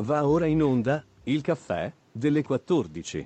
Va ora in onda il caffè delle 14.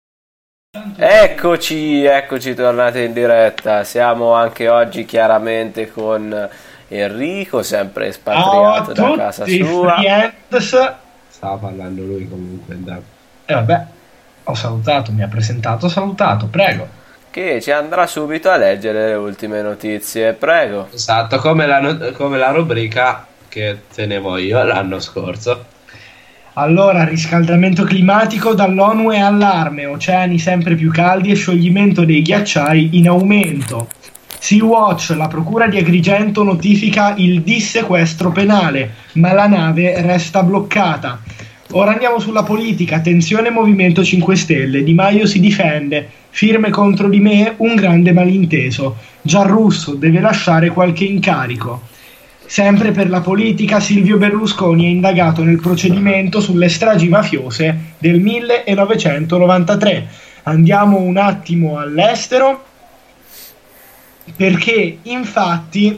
Eccoci tornati in diretta. Siamo anche oggi chiaramente con Enrico, sempre espatriato da casa sua. Stava parlando lui comunque. Vabbè, ho salutato, mi ha presentato, salutato, prego. Che ci andrà subito a leggere le ultime notizie, prego. Esatto, come la rubrica che tenevo io l'anno scorso. Allora, riscaldamento climatico dall'ONU è allarme, oceani sempre più caldi e scioglimento dei ghiacciai in aumento. Sea-Watch, la procura di Agrigento notifica il dissequestro penale, ma la nave resta bloccata. Ora andiamo sulla politica, tensione Movimento 5 Stelle, Di Maio si difende, firme contro di me, un grande malinteso. Giarrusso deve lasciare qualche incarico. Sempre per la politica, Silvio Berlusconi è indagato nel procedimento sulle stragi mafiose del 1993. Andiamo un attimo all'estero, perché infatti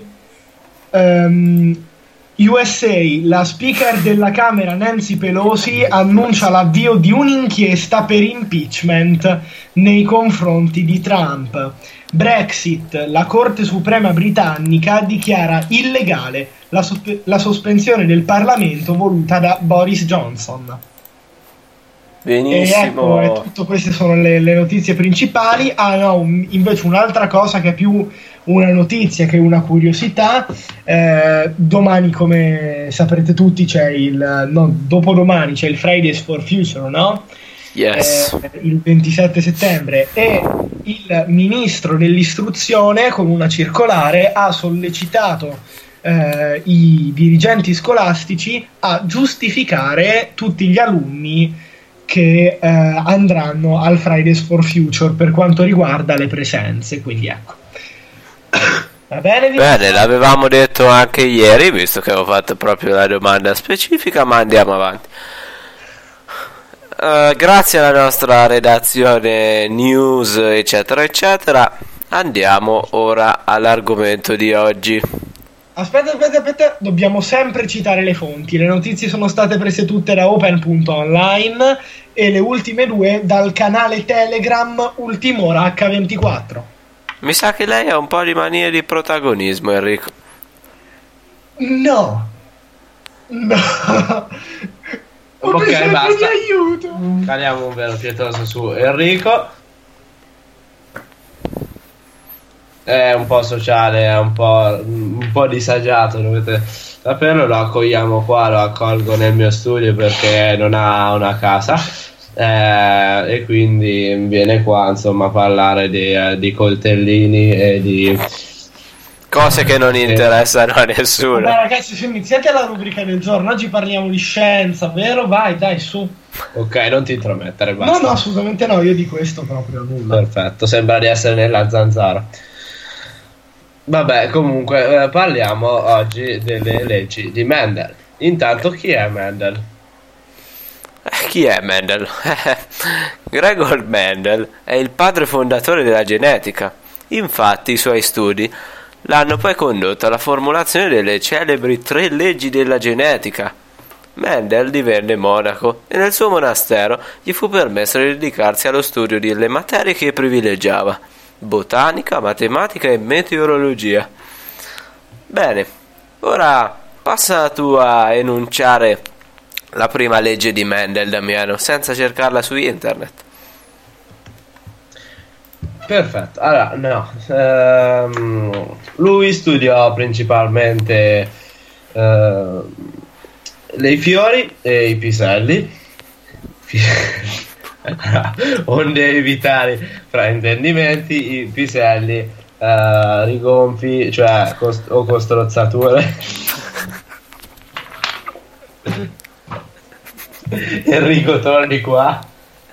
USA, la speaker della Camera Nancy Pelosi annuncia l'avvio di un'inchiesta per impeachment nei confronti di Trump. Brexit, la Corte Suprema britannica dichiara illegale la sospensione del Parlamento voluta da Boris Johnson. Benissimo. E ecco, tutto queste sono le notizie principali. Invece un'altra cosa che è più una notizia che una curiosità. Domani, come saprete tutti, c'è dopodomani c'è il Fridays for Future, no? Yes. Il 27 settembre, e il ministro dell'istruzione con una circolare ha sollecitato i dirigenti scolastici a giustificare tutti gli alunni che andranno al Fridays for Future per quanto riguarda le presenze, quindi ecco. Va bene, l'avevamo detto anche ieri, visto che avevo fatto proprio la domanda specifica, ma andiamo avanti. Grazie alla nostra redazione news eccetera eccetera, andiamo ora all'argomento di oggi. Aspetta, dobbiamo sempre citare le fonti. Le notizie sono state prese tutte da open.online e le ultime due dal canale Telegram Ultimora H24. Mi sa che lei ha un po' di manie di protagonismo, Enrico. No. Ok, basta. Caliamo un velo pietoso su Enrico. È un po' sociale, è un po' disagiato, dovete saperlo. Lo accogliamo qua, lo accolgo nel mio studio perché non ha una casa, e quindi viene qua insomma a parlare di coltellini e di cose che non interessano a nessuno. Vabbè ragazzi, iniziate la rubrica del giorno. Oggi parliamo di scienza, vero? Vai, dai, su. Ok, non ti intromettere, basta. No, assolutamente no, io di questo proprio nulla. Perfetto, sembra di essere nella zanzara. Vabbè, comunque parliamo oggi delle leggi di Mendel. Intanto, chi è Mendel? Chi è Mendel? Gregor Mendel è il padre fondatore della genetica. Infatti i suoi studi l'hanno poi condotto alla formulazione delle celebri 3 leggi della genetica. Mendel divenne monaco e nel suo monastero gli fu permesso di dedicarsi allo studio delle materie che privilegiava: botanica, matematica e meteorologia. Bene, ora passa tu a enunciare la prima legge di Mendel, Damiano, senza cercarla su internet. Perfetto, allora lui studiò principalmente i fiori e i piselli, onde evitare fraintendimenti. I piselli rigonfi, cioè o con strozzature. Enrico, torni qua.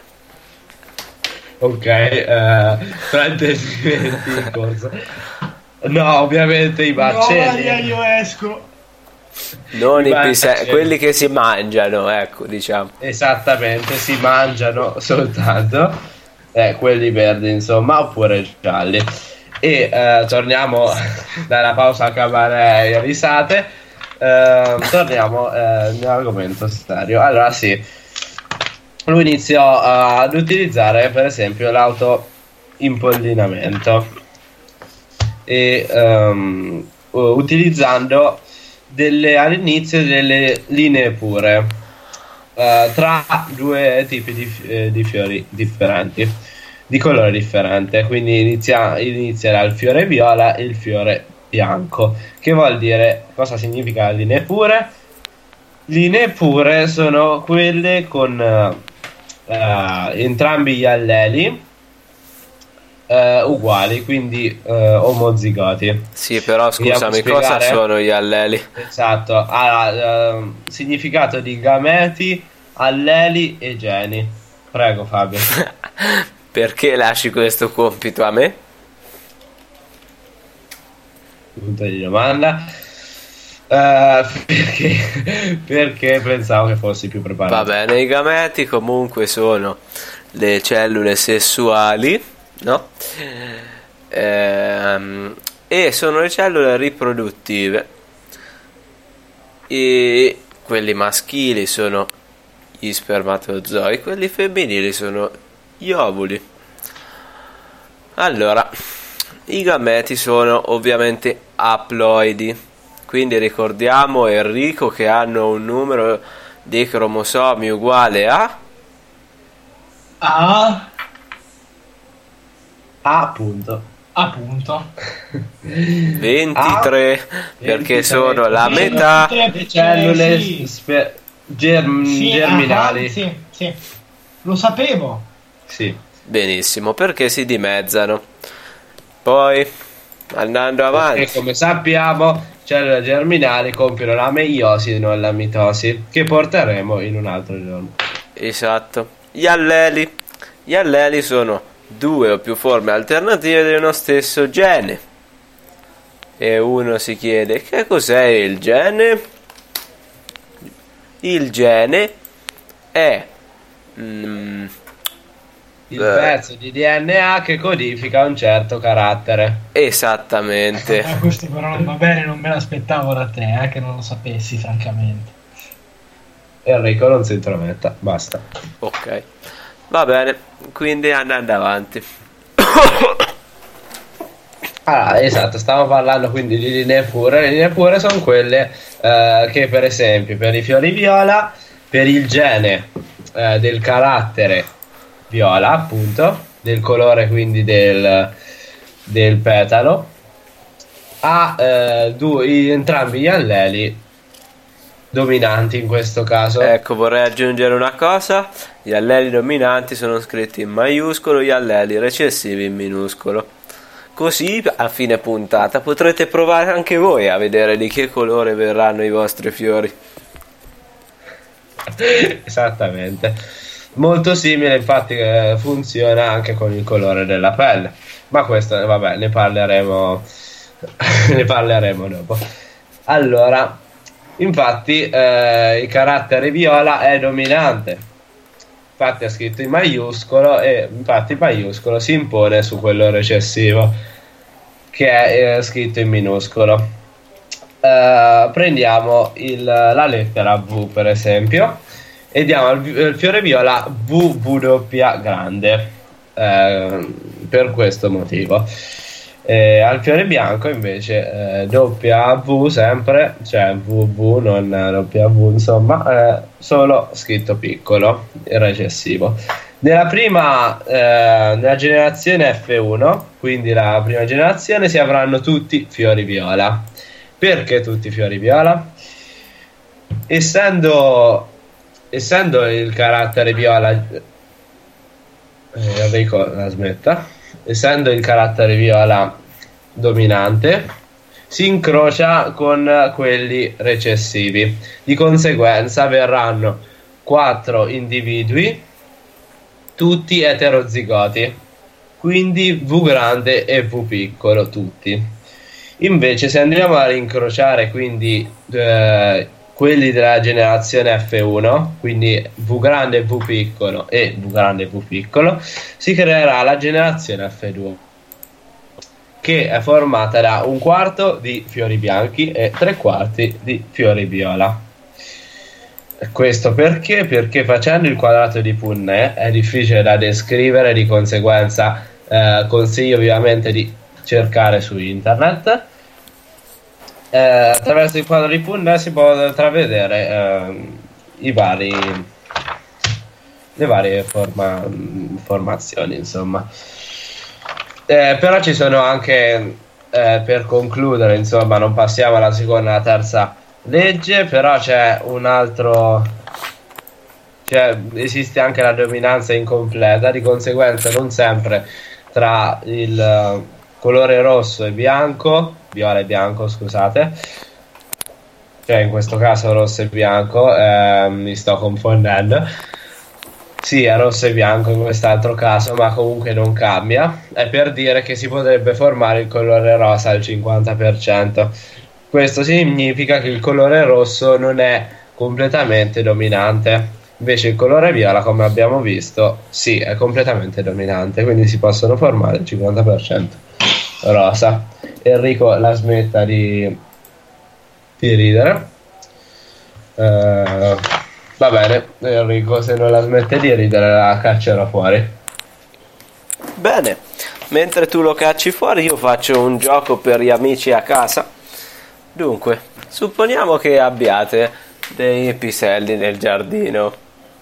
Ok, fraintendimenti in corso. No, ovviamente i baccelli. No, io esco. Non i piselli, quelli che si mangiano, ecco, diciamo. Esattamente, si mangiano soltanto quelli verdi, insomma, oppure gialli. E torniamo dalla pausa cabaret e risate. Torniamo nell'argomento serio. Allora sì, lui iniziò ad utilizzare per esempio l'autoimpollinamento e utilizzando all'inizio delle linee pure tra due tipi di fiori differenti, di colore differente. Quindi inizierà il fiore viola e il fiore bianco, che vuol dire, cosa significa linee pure? Linee pure sono quelle con entrambi gli alleli uguali, quindi omozigoti. Sì, però scusami, Vogliamo cosa spiegare? sono gli alleli? Esatto, significato di gameti, alleli e geni. Prego Fabio. Perché lasci questo compito a me? Punto di domanda. Perché pensavo che fossi più preparato. Va bene, i gameti comunque sono le cellule sessuali, no? E sono le cellule riproduttive. E quelli maschili sono gli spermatozoi, quelli femminili sono gli ovuli. Allora, i gameti sono ovviamente aploidi, quindi ricordiamo, Enrico, che hanno un numero di cromosomi uguale a Appunto. 23, perché 23, sono la metà. Le cellule sì. germinali. Sì, lo sapevo. Sì. Benissimo, perché si dimezzano. Poi, andando avanti, E come sappiamo, cellule germinali compiono la meiosi e non la mitosi, che porteremo in un altro giorno. esatto, gli alleli sono due o più forme alternative di uno stesso gene. E uno si chiede: che cos'è il gene? Il gene è Il pezzo di DNA che codifica un certo carattere. esattamente. Questo però non va bene, non me l'aspettavo da te, che non lo sapessi, francamente. Enrico non si intrometta, basta. Ok, va bene, quindi andando avanti. Ah, esatto, stavo parlando quindi di linee pure. Le linee pure sono quelle che per esempio per i fiori viola, per il gene del carattere viola, appunto, del colore quindi del petalo, ha entrambi gli alleli dominanti in questo caso. Ecco, vorrei aggiungere una cosa: gli alleli dominanti sono scritti in maiuscolo, gli alleli recessivi in minuscolo. Così a fine puntata potrete provare anche voi a vedere di che colore verranno i vostri fiori. Esattamente, molto simile, infatti funziona anche con il colore della pelle, ma questo vabbè, ne parleremo ne parleremo dopo. Allora, infatti il carattere viola è dominante, infatti è scritto in maiuscolo, e infatti il maiuscolo si impone su quello recessivo che è scritto in minuscolo. Prendiamo la lettera V per esempio e diamo al fiore viola VW grande, per questo motivo. Al fiore bianco invece W sempre, cioè VV non W, insomma, solo scritto piccolo, il recessivo. Nella generazione F1, quindi la prima generazione, si avranno tutti fiori viola. Perché tutti fiori viola? Essendo il carattere viola, Enrico la smetta, essendo il carattere viola dominante, si incrocia con quelli recessivi. Di conseguenza verranno 4 individui, tutti eterozigoti, quindi V grande e V piccolo tutti. Invece se andiamo a rincrociare quindi quelli della generazione F1, quindi V grande e V piccolo e V grande e V piccolo, si creerà la generazione F2, che è formata da un quarto di fiori bianchi e 3/4 di fiori viola. Questo perché? Perché facendo il quadrato di Punnett è difficile da descrivere, di conseguenza consiglio vivamente di cercare su internet. Attraverso il quadro di Punnett si può intravedere le varie formazioni, insomma. Però ci sono anche, per concludere, insomma, non passiamo alla seconda e alla terza legge, però c'è un altro, cioè esiste anche la dominanza incompleta, di conseguenza non sempre tra il colore rosso e bianco, viola e bianco, scusate, cioè in questo caso rosso e bianco, mi sto confondendo. Sì, è rosso e bianco in quest'altro caso, ma comunque non cambia. È per dire che si potrebbe formare il colore rosa al 50%. Questo significa che il colore rosso non è completamente dominante. Invece il colore viola, come abbiamo visto, sì, è completamente dominante. Quindi si possono formare il 50% rosa. Enrico la smetta di ridere. Va bene, Enrico, se non la smette di ridere la caccerò fuori. Bene, mentre tu lo cacci fuori io faccio un gioco per gli amici a casa. Dunque, supponiamo che abbiate dei piselli nel giardino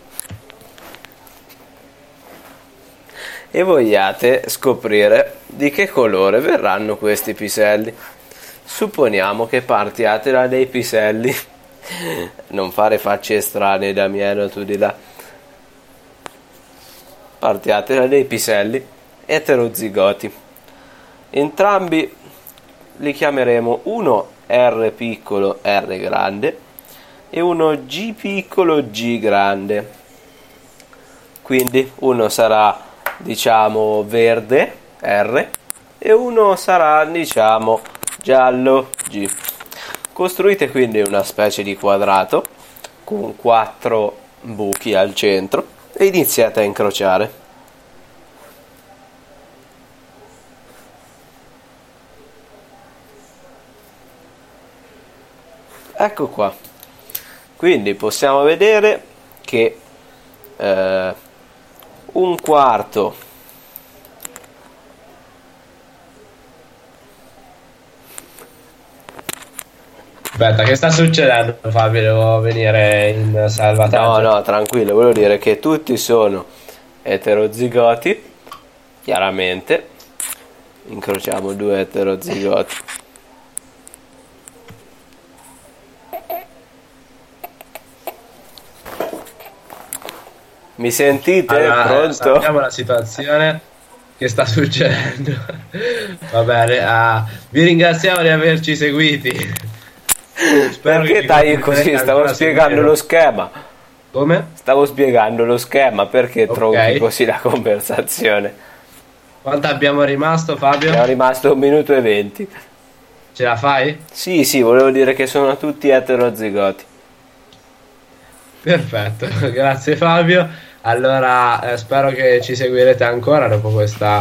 e vogliate scoprire di che colore verranno questi piselli. Supponiamo che partiate da dei piselli. Non fare facce strane, Damiano, tu di là. Partiate da dei piselli eterozigoti. Entrambi li chiameremo uno R piccolo R grande e uno G piccolo G grande. Quindi uno sarà, diciamo, verde R e uno sarà, diciamo, giallo G. Costruite quindi una specie di quadrato con 4 buchi al centro e iniziate a incrociare. Ecco qua. Quindi possiamo vedere che un quarto Aspetta, che sta succedendo, Fabio? Devo venire in salvataggio. No, tranquillo, volevo dire che tutti sono eterozigoti, chiaramente. Incrociamo 2 eterozigoti. Mi sentite? Allora, Pronto? sappiamo la situazione che sta succedendo. Va bene, vi ringraziamo di averci seguiti. Spero Perché che tagli così? Stavo spiegando lo schema. Come? Stavo spiegando lo schema, perché Ok. tronchi così la conversazione. Quanto abbiamo rimasto, Fabio? È rimasto 1 minuto e 20. Ce la fai? Sì, volevo dire che sono tutti eterozigoti. Perfetto, grazie Fabio. Allora, spero che ci seguirete ancora dopo questa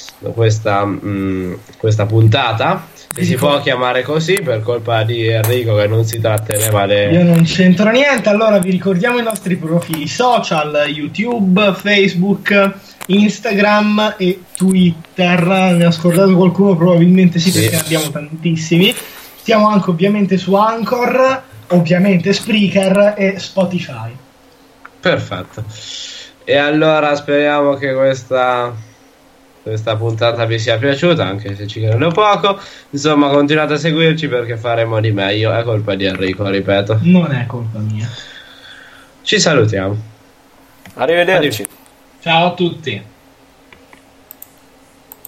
puntata. Se si può chiamare così per colpa di Enrico che non si tratteneva Io non c'entro niente. Allora vi ricordiamo i nostri profili social: YouTube, Facebook, Instagram e Twitter. Ne ho scordato qualcuno? Probabilmente sì, perché ne abbiamo tantissimi. Siamo anche ovviamente su Anchor, ovviamente Spreaker e Spotify. Perfetto. E allora speriamo che questa puntata vi sia piaciuta, anche se ci credo poco. Insomma, continuate a seguirci perché faremo di meglio. È colpa di Enrico, ripeto. Non è colpa mia. Ci salutiamo. Arrivederci. Ciao a tutti.